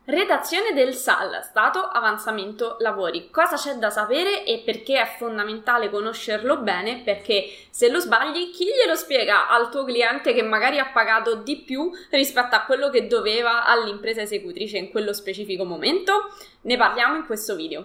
Redazione del SAL, stato avanzamento lavori. Cosa c'è da sapere e perché è fondamentale conoscerlo bene? Perché se lo sbagli, chi glielo spiega al tuo cliente che magari ha pagato di più rispetto a quello che doveva all'impresa esecutrice in quello specifico momento? Ne parliamo in questo video.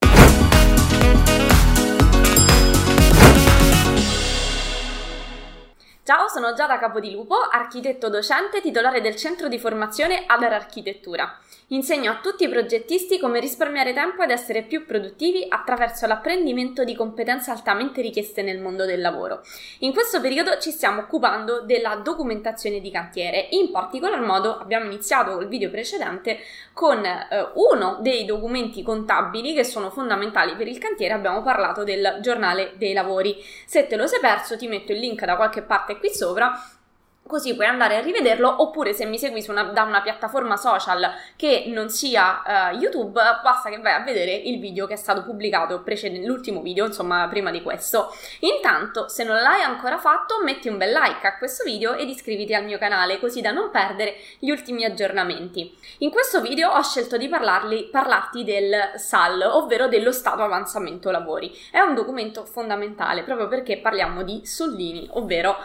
Ciao, sono Giada Capodilupo, architetto docente titolare del Centro di Formazione Adler Architettura. Insegno a tutti i progettisti come risparmiare tempo ed essere più produttivi attraverso l'apprendimento di competenze altamente richieste nel mondo del lavoro. In questo periodo ci stiamo occupando della documentazione di cantiere. In particolar modo abbiamo iniziato col video precedente con uno dei documenti contabili che sono fondamentali per il cantiere. Abbiamo parlato del giornale dei lavori. Se te lo sei perso, ti metto il link da qualche parte qui sopra, così puoi andare a rivederlo, oppure se mi segui da una piattaforma social che non sia YouTube, basta che vai a vedere il video che è stato pubblicato l'ultimo video, insomma, prima di questo. Intanto, se non l'hai ancora fatto, metti un bel like a questo video ed iscriviti al mio canale, così da non perdere gli ultimi aggiornamenti. In questo video ho scelto di parlarti del SAL, ovvero dello stato avanzamento lavori. È un documento fondamentale proprio perché parliamo di soldini, ovvero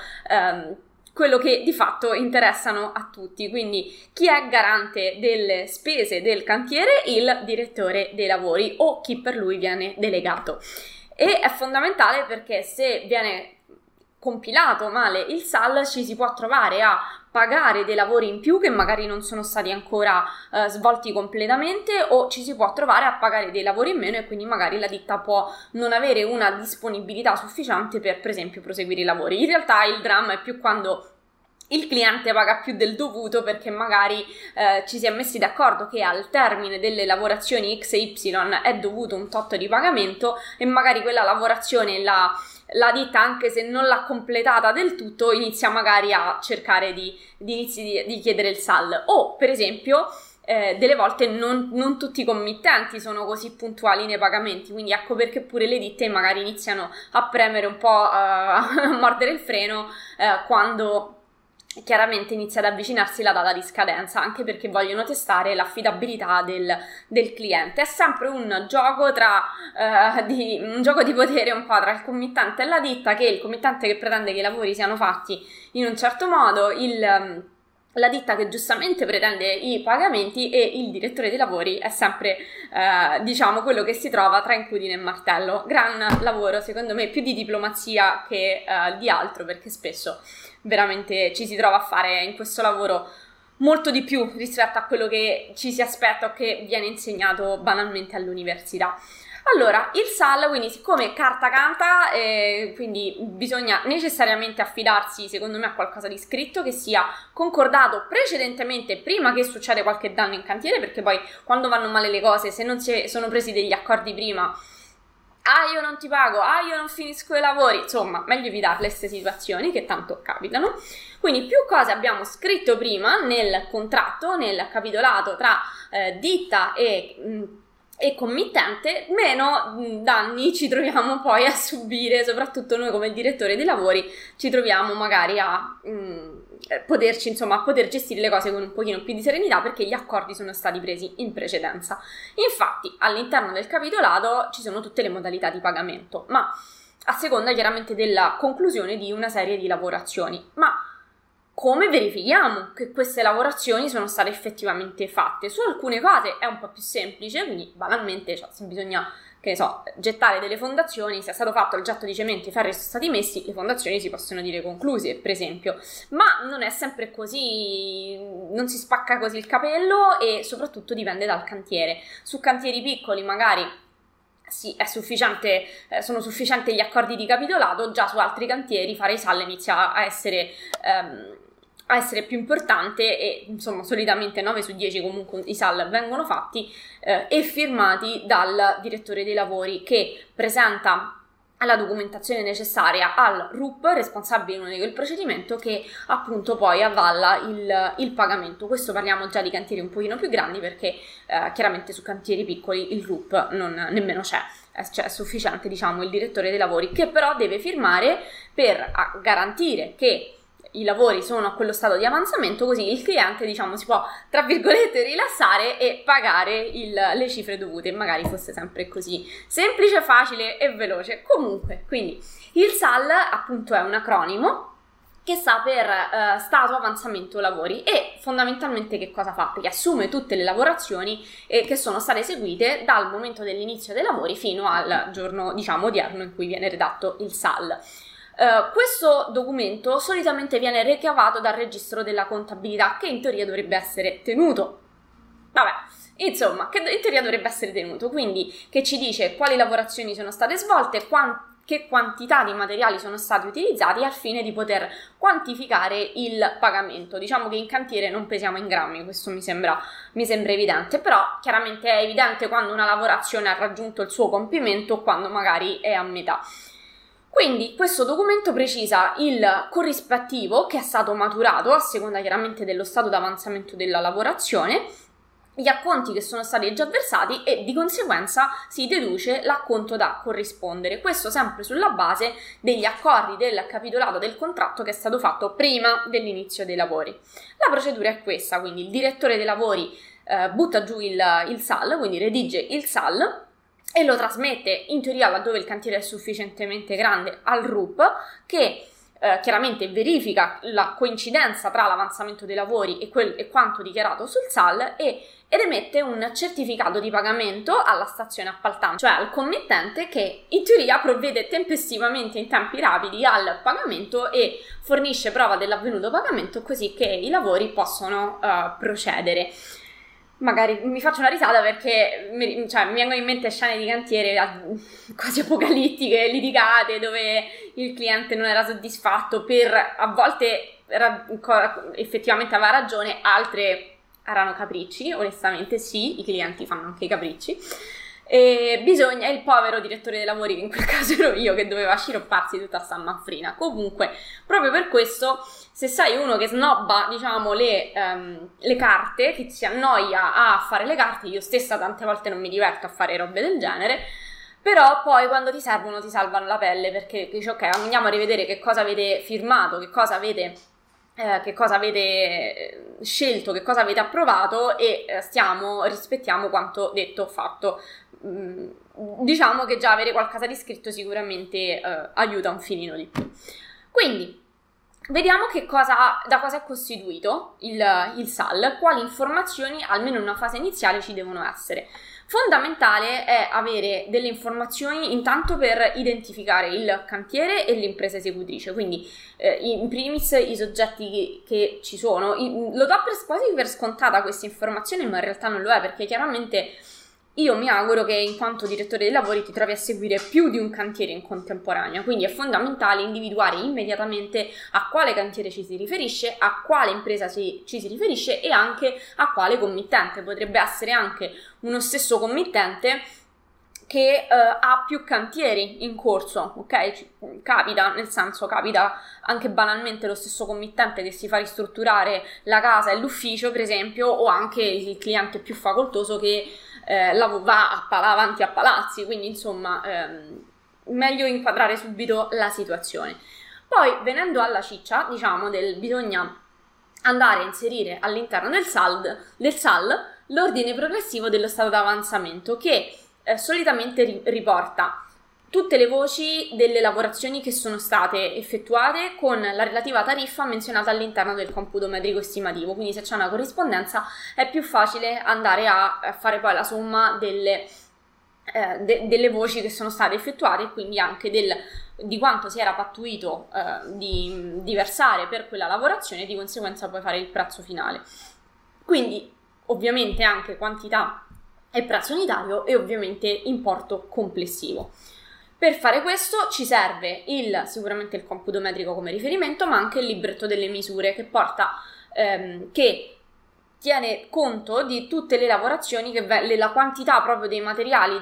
quello che di fatto interessano a tutti. Quindi chi è garante delle spese del cantiere? Il direttore dei lavori o chi per lui viene delegato. E è fondamentale perché se viene compilato male il SAL ci si può trovare a pagare dei lavori in più che magari non sono stati ancora svolti completamente, o ci si può trovare a pagare dei lavori in meno e quindi magari la ditta può non avere una disponibilità sufficiente per esempio proseguire i lavori. In realtà il dramma è più quando il cliente paga più del dovuto perché magari ci si è messi d'accordo che al termine delle lavorazioni X e Y è dovuto un tot di pagamento e magari quella lavorazione la ditta, anche se non l'ha completata del tutto, inizia magari a cercare di chiedere il SAL. O per esempio delle volte non tutti i committenti sono così puntuali nei pagamenti, quindi ecco perché pure le ditte magari iniziano a premere un po', a mordere il freno quando chiaramente inizia ad avvicinarsi la data di scadenza, anche perché vogliono testare l'affidabilità del cliente. È sempre un gioco un gioco di potere un po' tra il committente e la ditta, che il committente che pretende che i lavori siano fatti in un certo modo, la ditta che giustamente pretende i pagamenti, e il direttore dei lavori è sempre quello che si trova tra incudine e martello. Gran lavoro, secondo me, più di diplomazia che di altro, perché spesso veramente ci si trova a fare in questo lavoro molto di più rispetto a quello che ci si aspetta o che viene insegnato banalmente all'università. Allora, il SAL, quindi siccome carta canta, quindi bisogna necessariamente affidarsi, secondo me, a qualcosa di scritto che sia concordato precedentemente, prima che succeda qualche danno in cantiere, perché poi quando vanno male le cose, se non si sono presi degli accordi prima, io non ti pago, io non finisco i lavori, insomma, meglio evitare queste situazioni che tanto capitano. Quindi più cose abbiamo scritto prima nel contratto, nel capitolato tra ditta e committente, meno danni ci troviamo poi a subire, soprattutto noi come direttore dei lavori ci troviamo magari a poter gestire le cose con un pochino più di serenità, perché gli accordi sono stati presi in precedenza. Infatti all'interno del capitolato ci sono tutte le modalità di pagamento, ma a seconda chiaramente della conclusione di una serie di lavorazioni. Ma come verifichiamo che queste lavorazioni sono state effettivamente fatte? Su alcune cose è un po' più semplice, quindi banalmente se bisogna, che ne so, gettare delle fondazioni, se è stato fatto il getto di cemento, i ferri sono stati messi, le fondazioni si possono dire concluse, per esempio. Ma non è sempre così, non si spacca così il capello, e soprattutto dipende dal cantiere. Su cantieri piccoli magari sì, sono sufficienti gli accordi di capitolato, già su altri cantieri fare i SAL inizia a essere più importante, e insomma solitamente 9 su 10 comunque i SAL vengono fatti e firmati dal direttore dei lavori, che presenta la documentazione necessaria al RUP, responsabile del procedimento, che appunto poi avvalla il pagamento. Questo parliamo già di cantieri un pochino più grandi, perché chiaramente su cantieri piccoli il RUP nemmeno c'è. Cioè è sufficiente, diciamo, il direttore dei lavori, che però deve firmare per garantire che i lavori sono a quello stato di avanzamento, così il cliente, diciamo, si può, tra virgolette, rilassare e pagare le cifre dovute. Magari fosse sempre così semplice, facile e veloce. Comunque, quindi il SAL appunto è un acronimo che sta per stato avanzamento lavori, e fondamentalmente che cosa fa? Perché assume tutte le lavorazioni che sono state eseguite dal momento dell'inizio dei lavori fino al giorno, diciamo, odierno in cui viene redatto il SAL. Questo documento solitamente viene ricavato dal registro della contabilità, che in teoria dovrebbe essere tenuto. Vabbè, insomma, che in teoria dovrebbe essere tenuto, quindi che ci dice quali lavorazioni sono state svolte, che quantità di materiali sono stati utilizzati, al fine di poter quantificare il pagamento. Diciamo che in cantiere non pesiamo in grammi, questo mi sembra evidente, però chiaramente è evidente quando una lavorazione ha raggiunto il suo compimento o quando magari è a metà. Quindi questo documento precisa il corrispettivo che è stato maturato a seconda chiaramente dello stato d'avanzamento della lavorazione, gli acconti che sono stati già versati, e di conseguenza si deduce l'acconto da corrispondere. Questo sempre sulla base degli accordi del capitolato del contratto che è stato fatto prima dell'inizio dei lavori. La procedura è questa, quindi il direttore dei lavori butta giù il SAL, quindi redige il SAL, e lo trasmette, in teoria laddove il cantiere è sufficientemente grande, al RUP, che chiaramente verifica la coincidenza tra l'avanzamento dei lavori e quanto dichiarato sul SAL, ed emette un certificato di pagamento alla stazione appaltante, cioè al committente, che in teoria provvede tempestivamente, in tempi rapidi, al pagamento e fornisce prova dell'avvenuto pagamento, così che i lavori possono procedere. Magari mi faccio una risata perché mi vengono in mente scene di cantiere quasi apocalittiche, litigate, dove il cliente non era soddisfatto a volte effettivamente aveva ragione, altre erano capricci. Onestamente sì, i clienti fanno anche i capricci, e il povero direttore dei lavori, che in quel caso ero io, che doveva sciropparsi tutta sta manfrina. Comunque, proprio per questo, se sei uno che snobba, diciamo, le carte, che si annoia a fare le carte, io stessa tante volte non mi diverto a fare robe del genere, però poi quando ti servono ti salvano la pelle, perché dici ok, andiamo a rivedere che cosa avete firmato, che cosa avete scelto, che cosa avete approvato, e rispettiamo quanto detto fatto. Diciamo che già avere qualcosa di scritto sicuramente aiuta un filino di più. Quindi vediamo da cosa è costituito il SAL, quali informazioni almeno in una fase iniziale ci devono essere. Fondamentale è avere delle informazioni intanto per identificare il cantiere e l'impresa esecutrice, quindi in primis i soggetti che ci sono. Lo do quasi per scontata questa informazione, ma in realtà non lo è, perché chiaramente io mi auguro che in quanto direttore dei lavori ti trovi a seguire più di un cantiere in contemporanea, quindi è fondamentale individuare immediatamente a quale cantiere ci si riferisce, a quale impresa ci si riferisce e anche a quale committente. Potrebbe essere anche uno stesso committente che ha più cantieri in corso, ok? Capita anche banalmente lo stesso committente che si fa ristrutturare la casa e l'ufficio, per esempio, o anche il cliente più facoltoso che va avanti a palazzi, quindi insomma meglio inquadrare subito la situazione. Poi, venendo alla ciccia, diciamo, bisogna andare a inserire all'interno del SAL l'ordine progressivo dello stato d'avanzamento, che solitamente riporta tutte le voci delle lavorazioni che sono state effettuate con la relativa tariffa menzionata all'interno del computo metrico estimativo. Quindi se c'è una corrispondenza è più facile andare a fare poi la somma delle voci che sono state effettuate, e quindi anche di quanto si era pattuito di versare per quella lavorazione, e di conseguenza poi fare il prezzo finale. Quindi ovviamente anche quantità e prezzo unitario, e ovviamente importo complessivo. Per fare questo ci serve sicuramente il computo metrico come riferimento, ma anche il libretto delle misure, che tiene conto di tutte le lavorazioni, la quantità proprio dei materiali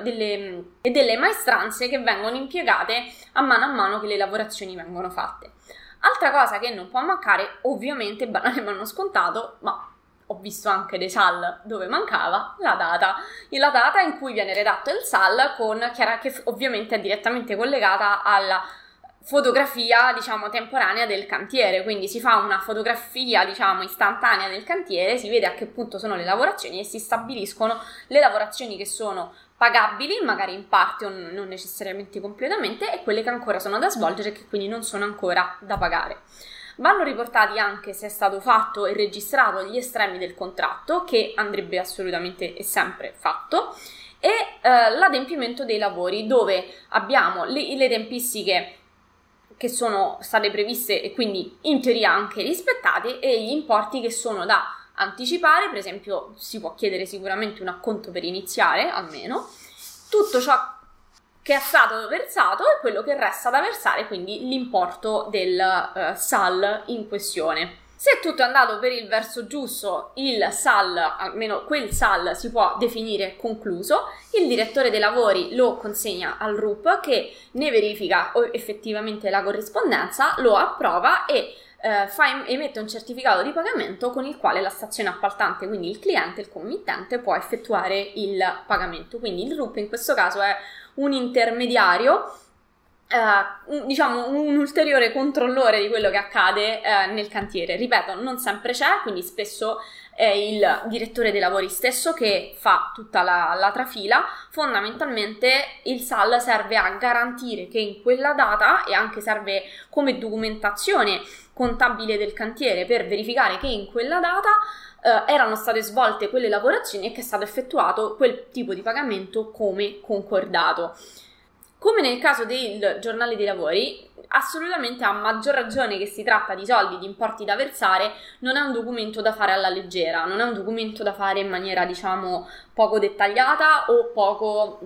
e delle maestranze che vengono impiegate a mano che le lavorazioni vengono fatte. Altra cosa che non può mancare, ovviamente banale ma non scontato, ma ho visto anche dei SAL dove mancava la data in cui viene redatto il SAL, che ovviamente è direttamente collegata fotografia, diciamo, temporanea del cantiere, quindi si fa una fotografia, diciamo, istantanea del cantiere, si vede a che punto sono le lavorazioni e si stabiliscono le lavorazioni che sono pagabili, magari in parte o non necessariamente completamente, e quelle che ancora sono da svolgere e che quindi non sono ancora da pagare. Vanno riportati anche, se è stato fatto e registrato, gli estremi del contratto, che andrebbe assolutamente e sempre fatto, e l'adempimento dei lavori, dove abbiamo le tempistiche che sono state previste e quindi in teoria anche rispettate, e gli importi che sono da anticipare. Per esempio si può chiedere sicuramente un acconto per iniziare, almeno tutto ciò che è stato versato e quello che resta da versare, quindi l'importo del SAL in questione. Se tutto è andato per il verso giusto, il SAL, almeno quel SAL, si può definire concluso. Il direttore dei lavori lo consegna al RUP, che ne verifica effettivamente la corrispondenza, lo approva e emette un certificato di pagamento con il quale la stazione appaltante, quindi il cliente, il committente, può effettuare il pagamento. Quindi il RUP in questo caso è un intermediario, diciamo un ulteriore controllore di quello che accade nel cantiere. Ripeto, non sempre c'è, quindi spesso è il direttore dei lavori stesso che fa tutta la trafila. Fondamentalmente il SAL serve a garantire che in quella data, e anche serve come documentazione contabile del cantiere per verificare che in quella data erano state svolte quelle lavorazioni e che è stato effettuato quel tipo di pagamento come concordato. Come nel caso del giornale dei lavori, assolutamente, a maggior ragione che si tratta di soldi, di importi da versare, non è un documento da fare alla leggera, non è un documento da fare in maniera, diciamo, poco dettagliata o poco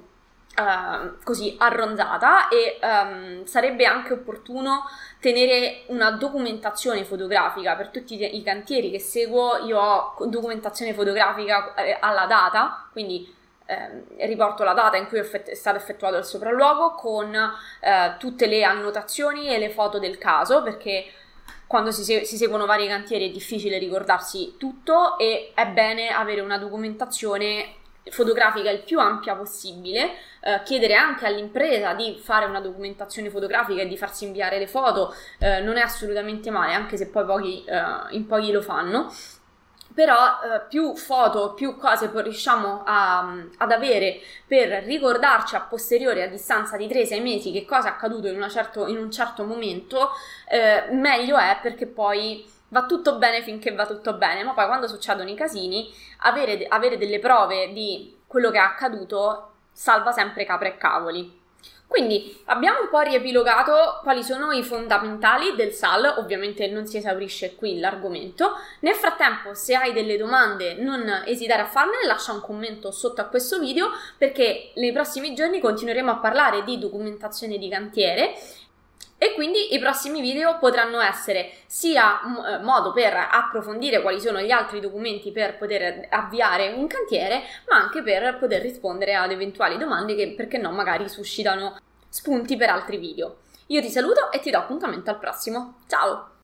così arronzata, e sarebbe anche opportuno tenere una documentazione fotografica. Per tutti i cantieri che seguo io ho documentazione fotografica alla data, quindi riporto la data in cui è stato effettuato il sopralluogo con tutte le annotazioni e le foto del caso, perché quando si seguono vari cantieri è difficile ricordarsi tutto e è bene avere una documentazione fotografica il più ampia possibile. Chiedere anche all'impresa di fare una documentazione fotografica e di farsi inviare le foto non è assolutamente male, anche se poi in pochi lo fanno. Però più foto, più cose riusciamo ad avere per ricordarci a posteriori, a distanza di 3-6 mesi, che cosa è accaduto in un certo momento, meglio è, perché poi va tutto bene finché va tutto bene, ma poi quando succedono i casini, avere delle prove di quello che è accaduto salva sempre capre e cavoli. Quindi abbiamo un po' riepilogato quali sono i fondamentali del SAL. Ovviamente non si esaurisce qui l'argomento. Nel frattempo, se hai delle domande, non esitare a farmele, lascia un commento sotto a questo video, perché nei prossimi giorni continueremo a parlare di documentazione di cantiere. E quindi i prossimi video potranno essere sia modo per approfondire quali sono gli altri documenti per poter avviare un cantiere, ma anche per poter rispondere ad eventuali domande che, perché no, magari suscitano spunti per altri video. Io ti saluto e ti do appuntamento al prossimo. Ciao!